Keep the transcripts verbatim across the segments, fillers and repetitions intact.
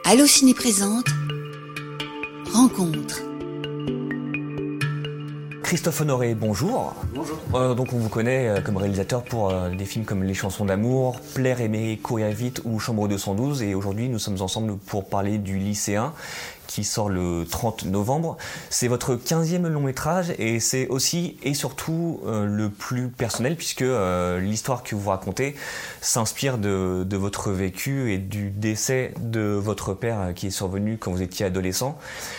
Allociné présente Rencontre. Christophe Honoré, bonjour. Bonjour. Euh, donc on vous connaît euh, comme réalisateur pour euh, des films comme Les Chansons d'amour, Plaire, aimer, courir vite ou Chambre deux cent douze. Et aujourd'hui nous sommes ensemble pour parler du Lycéen qui sort le trente novembre. C'est votre quinzième long métrage et c'est aussi et surtout euh, le plus personnel puisque euh, l'histoire que vous racontez s'inspire de, de votre vécu et du décès de votre père euh, qui est survenu quand vous étiez adolescent.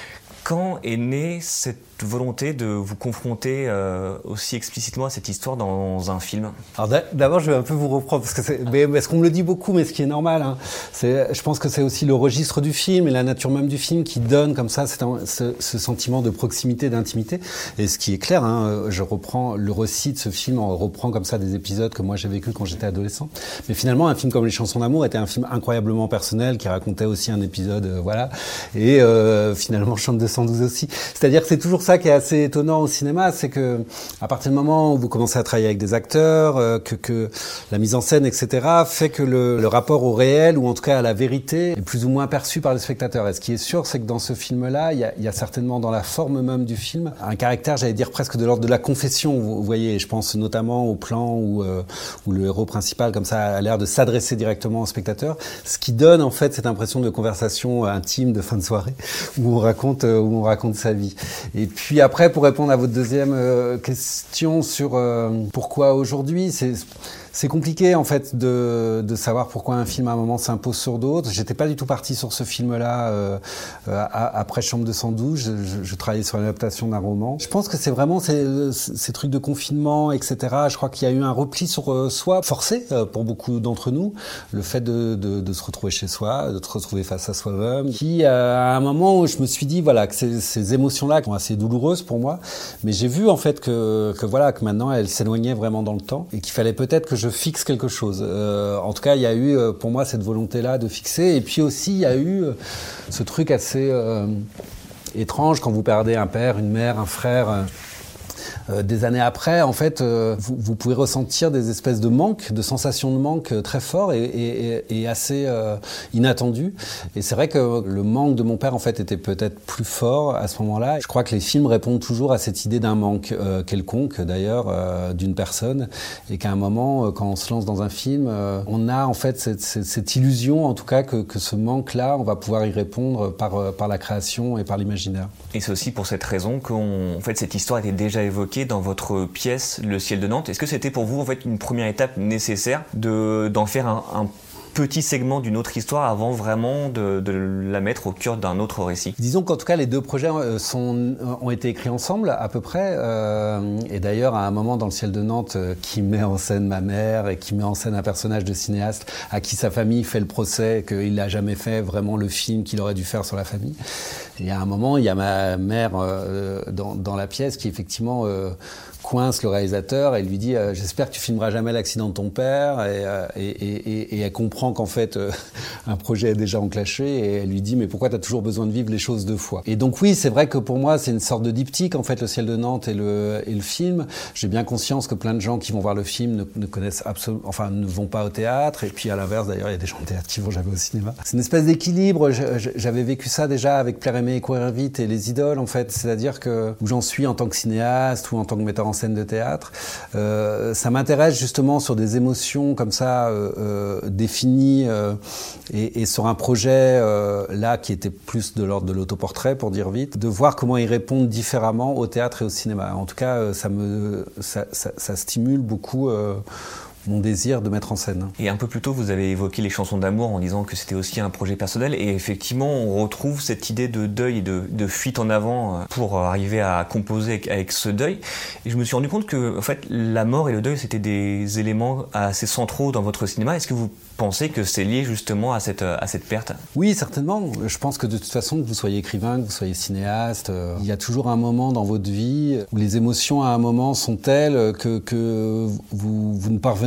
Quand est née cette volonté de vous confronter euh, aussi explicitement à cette histoire dans un film? Alors d'abord, je vais un peu vous reprendre, parce que c'est, mais, parce qu'on me le dit beaucoup, mais ce qui est normal, hein, c'est, je pense que c'est aussi le registre du film et la nature même du film qui donne comme ça un, ce, ce sentiment de proximité, d'intimité. Et ce qui est clair, hein, je reprends le récit de ce film, on reprend comme ça des épisodes que moi j'ai vécu quand j'étais adolescent. Mais finalement, un film comme Les Chansons d'amour était un film incroyablement personnel qui racontait aussi un épisode, euh, voilà. Et euh, finalement, Chambre deux cent douze aussi. C'est-à-dire que c'est toujours ça qui est assez étonnant au cinéma, c'est que à partir du moment où vous commencez à travailler avec des acteurs, euh, que, que la mise en scène, et cetera, fait que le, le rapport au réel, ou en tout cas à la vérité, est plus ou moins perçu par le spectateur. Et ce qui est sûr, c'est que dans ce film-là, il y a, il y a certainement dans la forme même du film un caractère, j'allais dire presque de l'ordre de la confession. Vous, vous voyez, je pense notamment au plan où, euh, où le héros principal, comme ça, a l'air de s'adresser directement au spectateur, ce qui donne en fait cette impression de conversation intime de fin de soirée, où on raconte, où on raconte sa vie. Et puis après, pour répondre à votre deuxième euh, question sur euh, pourquoi aujourd'hui, c'est c'est compliqué en fait de de savoir pourquoi un film à un moment s'impose sur d'autres. J'étais pas du tout parti sur ce film-là euh, euh, après Chambre deux cent douze. Je, je, je travaillais sur l'adaptation d'un roman. Je pense que c'est vraiment ces, ces trucs de confinement, et cetera. Je crois qu'il y a eu un repli sur euh, soi forcé euh, pour beaucoup d'entre nous. Le fait de, de de se retrouver chez soi, de se retrouver face à soi-même, qui euh, à un moment où je me suis dit voilà que ces, ces émotions-là qui sont assez douloureuses pour moi, mais j'ai vu en fait que que voilà que maintenant elles s'éloignaient vraiment dans le temps et qu'il fallait peut-être que je fixe quelque chose. Euh, en tout cas, il y a eu euh, pour moi cette volonté-là de fixer. Et puis aussi, il y a eu euh, ce truc assez euh, étrange quand vous perdez un père, une mère, un frère. Euh, Euh, des années après, en fait, euh, vous, vous pouvez ressentir des espèces de manque, de sensations de manque euh, très forts et, et, et assez euh, inattendues. Et c'est vrai que le manque de mon père, en fait, était peut-être plus fort à ce moment-là. Je crois que les films répondent toujours à cette idée d'un manque euh, quelconque, d'ailleurs, euh, d'une personne, et qu'à un moment, euh, quand on se lance dans un film, euh, on a en fait cette, cette, cette illusion, en tout cas, que, que ce manque-là, on va pouvoir y répondre par, euh, par la création et par l'imaginaire. Et c'est aussi pour cette raison qu'en fait, cette histoire était déjà évoquée dans votre pièce Le ciel de Nantes. Est-ce que c'était pour vous en fait une première étape nécessaire de, d'en faire un, un petit segment d'une autre histoire avant vraiment de, de la mettre au cœur d'un autre récit? Disons qu'en tout cas les deux projets sont, ont été écrits ensemble à peu près euh, et d'ailleurs à un moment dans Le ciel de Nantes euh, qui met en scène ma mère et qui met en scène un personnage de cinéaste à qui sa famille fait le procès qu'il n'a jamais fait vraiment le film qu'il aurait dû faire sur la famille. Et à un moment il y a ma mère euh, dans, dans la pièce qui effectivement euh, coince le réalisateur et lui dit euh, « J'espère que tu filmeras jamais l'accident de ton père » et, euh, et, et, et elle comprend qu'en fait euh, un projet est déjà enclenché et elle lui dit « Mais pourquoi tu as toujours besoin de vivre les choses deux fois ?» Et donc oui, c'est vrai que pour moi c'est une sorte de diptyque en fait, Le ciel de Nantes et le, et le film. J'ai bien conscience que plein de gens qui vont voir le film ne, ne connaissent absolument, enfin ne vont pas au théâtre et puis à l'inverse d'ailleurs il y a des gens de théâtre qui vont jamais au cinéma. C'est une espèce d'équilibre, j'avais vécu ça déjà avec Plaire, aimer, courir vite et Les Idoles en fait, c'est-à-dire que où j'en suis en tant que cinéaste ou en tant que metteur en scène de théâtre, euh, ça m'intéresse justement sur des émotions comme ça euh, euh, définies euh, et, et sur un projet euh, là qui était plus de l'ordre de l'autoportrait pour dire vite, de voir comment ils répondent différemment au théâtre et au cinéma. En tout cas, euh, ça me ça, ça, ça stimule beaucoup euh, mon désir de mettre en scène. Et un peu plus tôt, vous avez évoqué Les Chansons d'amour en disant que c'était aussi un projet personnel. Et effectivement, on retrouve cette idée de deuil et de, de fuite en avant pour arriver à composer avec, avec ce deuil. Et je me suis rendu compte que, en fait, la mort et le deuil, c'était des éléments assez centraux dans votre cinéma. Est-ce que vous pensez que c'est lié justement à cette, à cette perte? Oui, certainement. Je pense que de toute façon, que vous soyez écrivain, que vous soyez cinéaste, euh, il y a toujours un moment dans votre vie où les émotions à un moment sont telles que, que vous, vous ne parvenez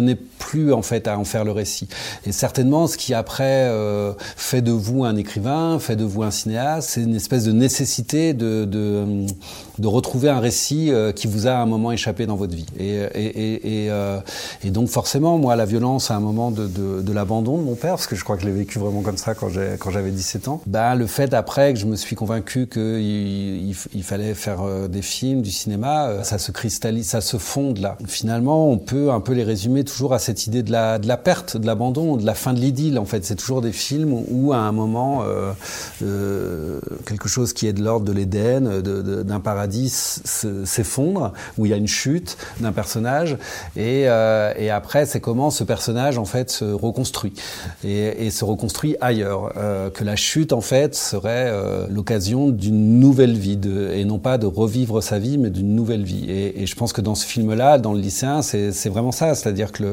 apprenez plus en fait à en faire le récit. Et certainement, ce qui après euh, fait de vous un écrivain, fait de vous un cinéaste, c'est une espèce de nécessité de, de, de retrouver un récit euh, qui vous a à un moment échappé dans votre vie. Et, et, et, et, euh, et donc forcément, moi, la violence à un moment de, de, de l'abandon de mon père, parce que je crois que je l'ai vécu vraiment comme ça quand, j'ai, quand j'avais dix-sept ans, ben, le fait après que je me suis convaincu qu'il il, il fallait faire euh, des films, du cinéma, euh, ça se cristallise, ça se fonde là. Finalement, on peut un peu les résumer toujours à cette idée de la, de la perte, de l'abandon, de la fin de l'idylle. En fait, c'est toujours des films où, à un moment, euh, euh, quelque chose qui est de l'ordre de l'Éden, de, de, d'un paradis se, s'effondre, où il y a une chute d'un personnage, et, euh, et après, c'est comment ce personnage, en fait, se reconstruit, et, et se reconstruit ailleurs. Euh, que la chute, en fait, serait euh, l'occasion d'une nouvelle vie, de, et non pas de revivre sa vie, mais d'une nouvelle vie. Et, et je pense que dans ce film-là, dans Le Lycéen, c'est, c'est vraiment ça, c'est-à-dire que le,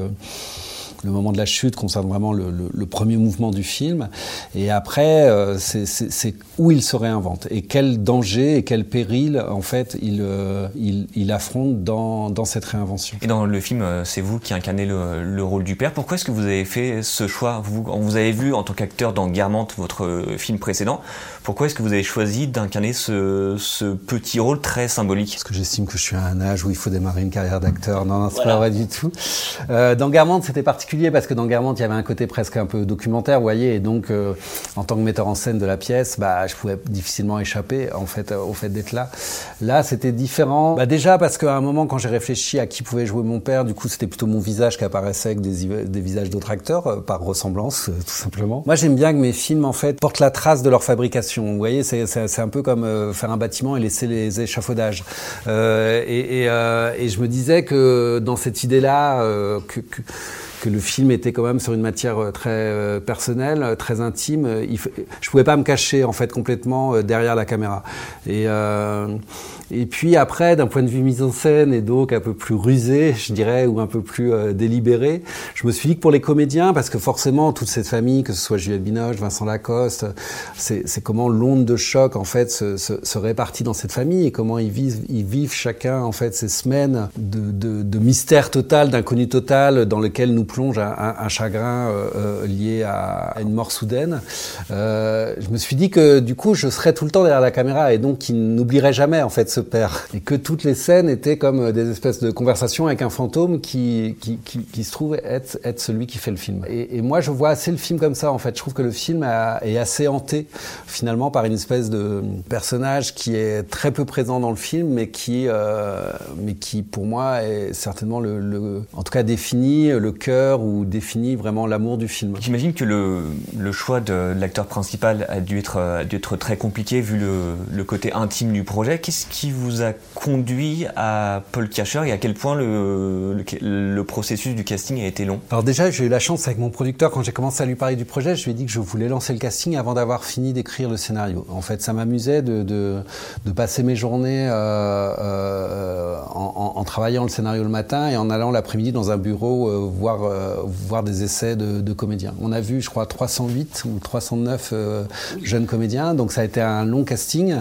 le moment de la chute concerne vraiment le, le, le premier mouvement du film, et après, euh, c'est, c'est, c'est où il se réinvente, et quel danger et quel péril, en fait, il, euh, il, il affronte dans, dans cette réinvention. Et dans le film, c'est vous qui incarnez le, le rôle du père. Pourquoi est-ce que vous avez fait ce choix? vous, On vous avez vu en tant qu'acteur dans Guermantes, votre film précédent. Pourquoi est-ce que vous avez choisi d'incarner ce, ce petit rôle très symbolique? Parce que j'estime que je suis à un âge où il faut démarrer une carrière d'acteur. Non, non, c'est voilà. Pas vrai du tout. Euh, dans Guermantes, c'était particulier parce que dans Guermantes, il y avait un côté presque un peu documentaire, vous voyez, et donc, euh, en tant que metteur en scène de la pièce, bah, je pouvais difficilement échapper, en fait, au fait d'être là. Là, c'était différent. Bah, déjà, parce qu'à un moment, quand j'ai réfléchi à qui pouvait jouer mon père, du coup, c'était plutôt mon visage qui apparaissait avec des, des visages d'autres acteurs, euh, par ressemblance, euh, tout simplement. Moi, j'aime bien que mes films, en fait, portent la trace de leur fabrication. Vous voyez, c'est, c'est, c'est un peu comme euh, faire un bâtiment et laisser les échafaudages. Euh, et, et, euh, et je me disais que dans cette idée-là, euh, que, que que le film était quand même sur une matière très euh, personnelle, très intime. Il f... Je pouvais pas me cacher en fait complètement euh, derrière la caméra. Et, euh... et puis après, d'un point de vue mise en scène et donc un peu plus rusé, je dirais, ou un peu plus euh, délibéré, je me suis dit que pour les comédiens, parce que forcément toute cette famille, que ce soit Juliette Binoche, Vincent Lacoste, c'est, c'est comment l'onde de choc en fait se, se, se répartit dans cette famille et comment ils vivent, ils vivent chacun en fait ces semaines de, de, de mystère total, d'inconnu total, dans lequel nous plonge un, un, un chagrin euh, lié à, à une mort soudaine. Euh, je me suis dit que du coup, je serais tout le temps derrière la caméra et donc qu'il n'oublierait jamais en fait ce père. Et que toutes les scènes étaient comme des espèces de conversations avec un fantôme qui, qui, qui, qui se trouve être, être celui qui fait le film. Et, et moi, je vois assez le film comme ça en fait. Je trouve que le film a, est assez hanté finalement par une espèce de personnage qui est très peu présent dans le film, mais qui, euh, mais qui pour moi est certainement le, le en tout cas définit le cœur ou définit vraiment l'amour du film. J'imagine que le, le choix de l'acteur principal a dû être, a dû être très compliqué vu le, le côté intime du projet. Qu'est-ce qui vous a conduit à Paul Kircher et à quel point le, le, le processus du casting a été long? Alors déjà, j'ai eu la chance avec mon producteur, quand j'ai commencé à lui parler du projet, je lui ai dit que je voulais lancer le casting avant d'avoir fini d'écrire le scénario. En fait, ça m'amusait de, de, de passer mes journées euh, euh, en, en, en travaillant le scénario le matin et en allant l'après-midi dans un bureau euh, voir Euh, voir des essais de, de comédiens. On a vu, je crois, trois cent huit ou trois cent neuf euh, jeunes comédiens, donc ça a été un long casting,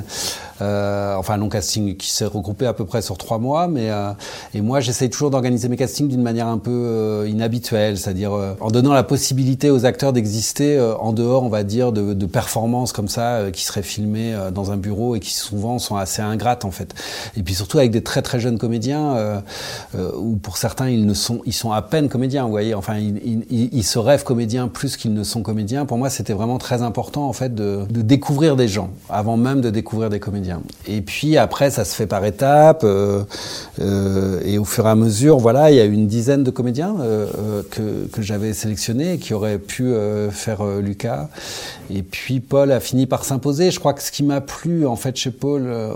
euh, enfin un long casting qui s'est regroupé à peu près sur trois mois, mais euh, et moi j'essaye toujours d'organiser mes castings d'une manière un peu euh, inhabituelle, c'est-à-dire euh, en donnant la possibilité aux acteurs d'exister euh, en dehors, on va dire, de, de performances comme ça, euh, qui seraient filmées euh, dans un bureau et qui souvent sont assez ingrates en fait. Et puis surtout avec des très très jeunes comédiens, euh, euh, où pour certains ils ne sont, ils sont à peine comédiens. Vous voyez, enfin, ils, ils, ils se rêvent comédiens plus qu'ils ne sont comédiens. Pour moi, c'était vraiment très important, en fait, de, de découvrir des gens, avant même de découvrir des comédiens. Et puis, après, ça se fait par étapes, euh, euh, et au fur et à mesure, voilà, il y a eu une dizaine de comédiens euh, que, que j'avais sélectionnés et qui auraient pu euh, faire euh, Lucas. Et puis, Paul a fini par s'imposer. Je crois que ce qui m'a plu, en fait, chez Paul... Euh,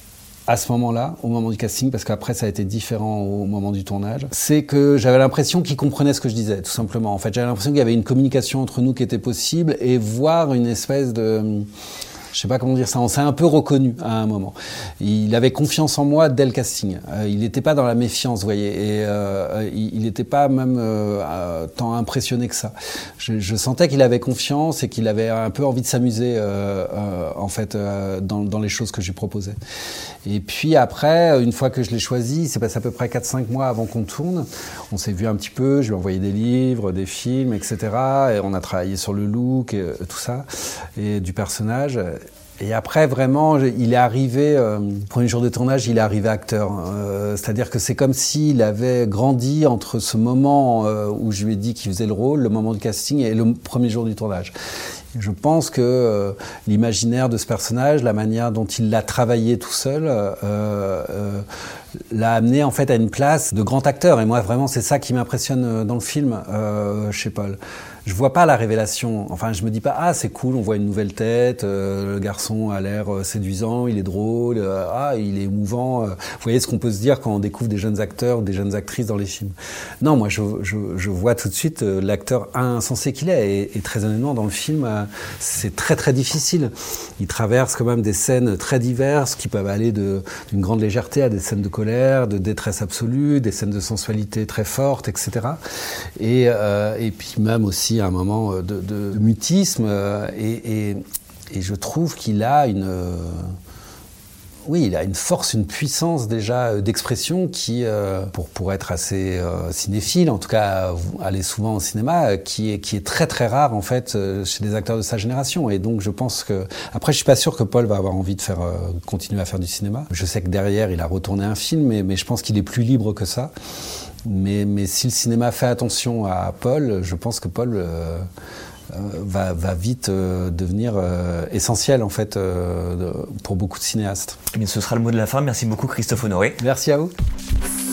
à ce moment-là, au moment du casting, parce qu'après ça a été différent au moment du tournage, c'est que j'avais l'impression qu'il comprenait ce que je disais, tout simplement. En fait, j'avais l'impression qu'il y avait une communication entre nous qui était possible et voir une espèce de... je sais pas comment dire ça, on s'est un peu reconnu à un moment. Il avait confiance en moi dès le casting. Euh, il n'était pas dans la méfiance, vous voyez, et euh, il n'était pas même euh, tant impressionné que ça. Je, je sentais qu'il avait confiance et qu'il avait un peu envie de s'amuser euh, euh, en fait euh, dans, dans les choses que je lui proposais. Et puis après, une fois que je l'ai choisi, c'est passé à peu près quatre cinq mois avant qu'on tourne. On s'est vu un petit peu, je lui ai envoyé des livres, des films, et cetera. Et on a travaillé sur le look et tout ça, et du personnage. Et après, vraiment, il est arrivé, euh, le premier jour de tournage, il est arrivé acteur. Euh, c'est-à-dire que c'est comme s'il avait grandi entre ce moment euh, où je lui ai dit qu'il faisait le rôle, le moment du casting, et le premier jour du tournage. Je pense que euh, l'imaginaire de ce personnage, la manière dont il l'a travaillé tout seul, euh, euh, l'a amené en fait à une place de grand acteur. Et moi, vraiment, c'est ça qui m'impressionne dans le film euh, chez Paul. Je vois pas la révélation. Enfin, je me dis pas ah c'est cool, on voit une nouvelle tête, euh, le garçon a l'air séduisant, il est drôle, euh, ah il est émouvant. Euh, vous voyez ce qu'on peut se dire quand on découvre des jeunes acteurs ou des jeunes actrices dans les films. Non, moi je, je, je vois tout de suite euh, l'acteur insensé qu'il est. Et, et très honnêtement, dans le film, euh, c'est très très difficile. Il traverse quand même des scènes très diverses qui peuvent aller de, d'une grande légèreté à des scènes de colère, de détresse absolue, des scènes de sensualité très fortes, et cetera. Et, euh, et puis même aussi un moment de, de, de mutisme euh, et, et, et je trouve qu'il a une euh, oui il a une force, une puissance déjà euh, d'expression qui euh, pour, pour être assez euh, cinéphile, en tout cas aller souvent au cinéma, euh, qui, est, qui est très très rare en fait euh, chez des acteurs de sa génération. Et donc je pense que après je suis pas sûr que Paul va avoir envie de faire euh, continuer à faire du cinéma. Je sais que derrière il a retourné un film, mais, mais je pense qu'il est plus libre que ça. Mais, mais si le cinéma fait attention à Paul, je pense que Paul euh, euh, va, va vite euh, devenir euh, essentiel en fait euh, pour beaucoup de cinéastes. Eh bien, ce sera le mot de la fin. Merci beaucoup Christophe Honoré. Merci à vous.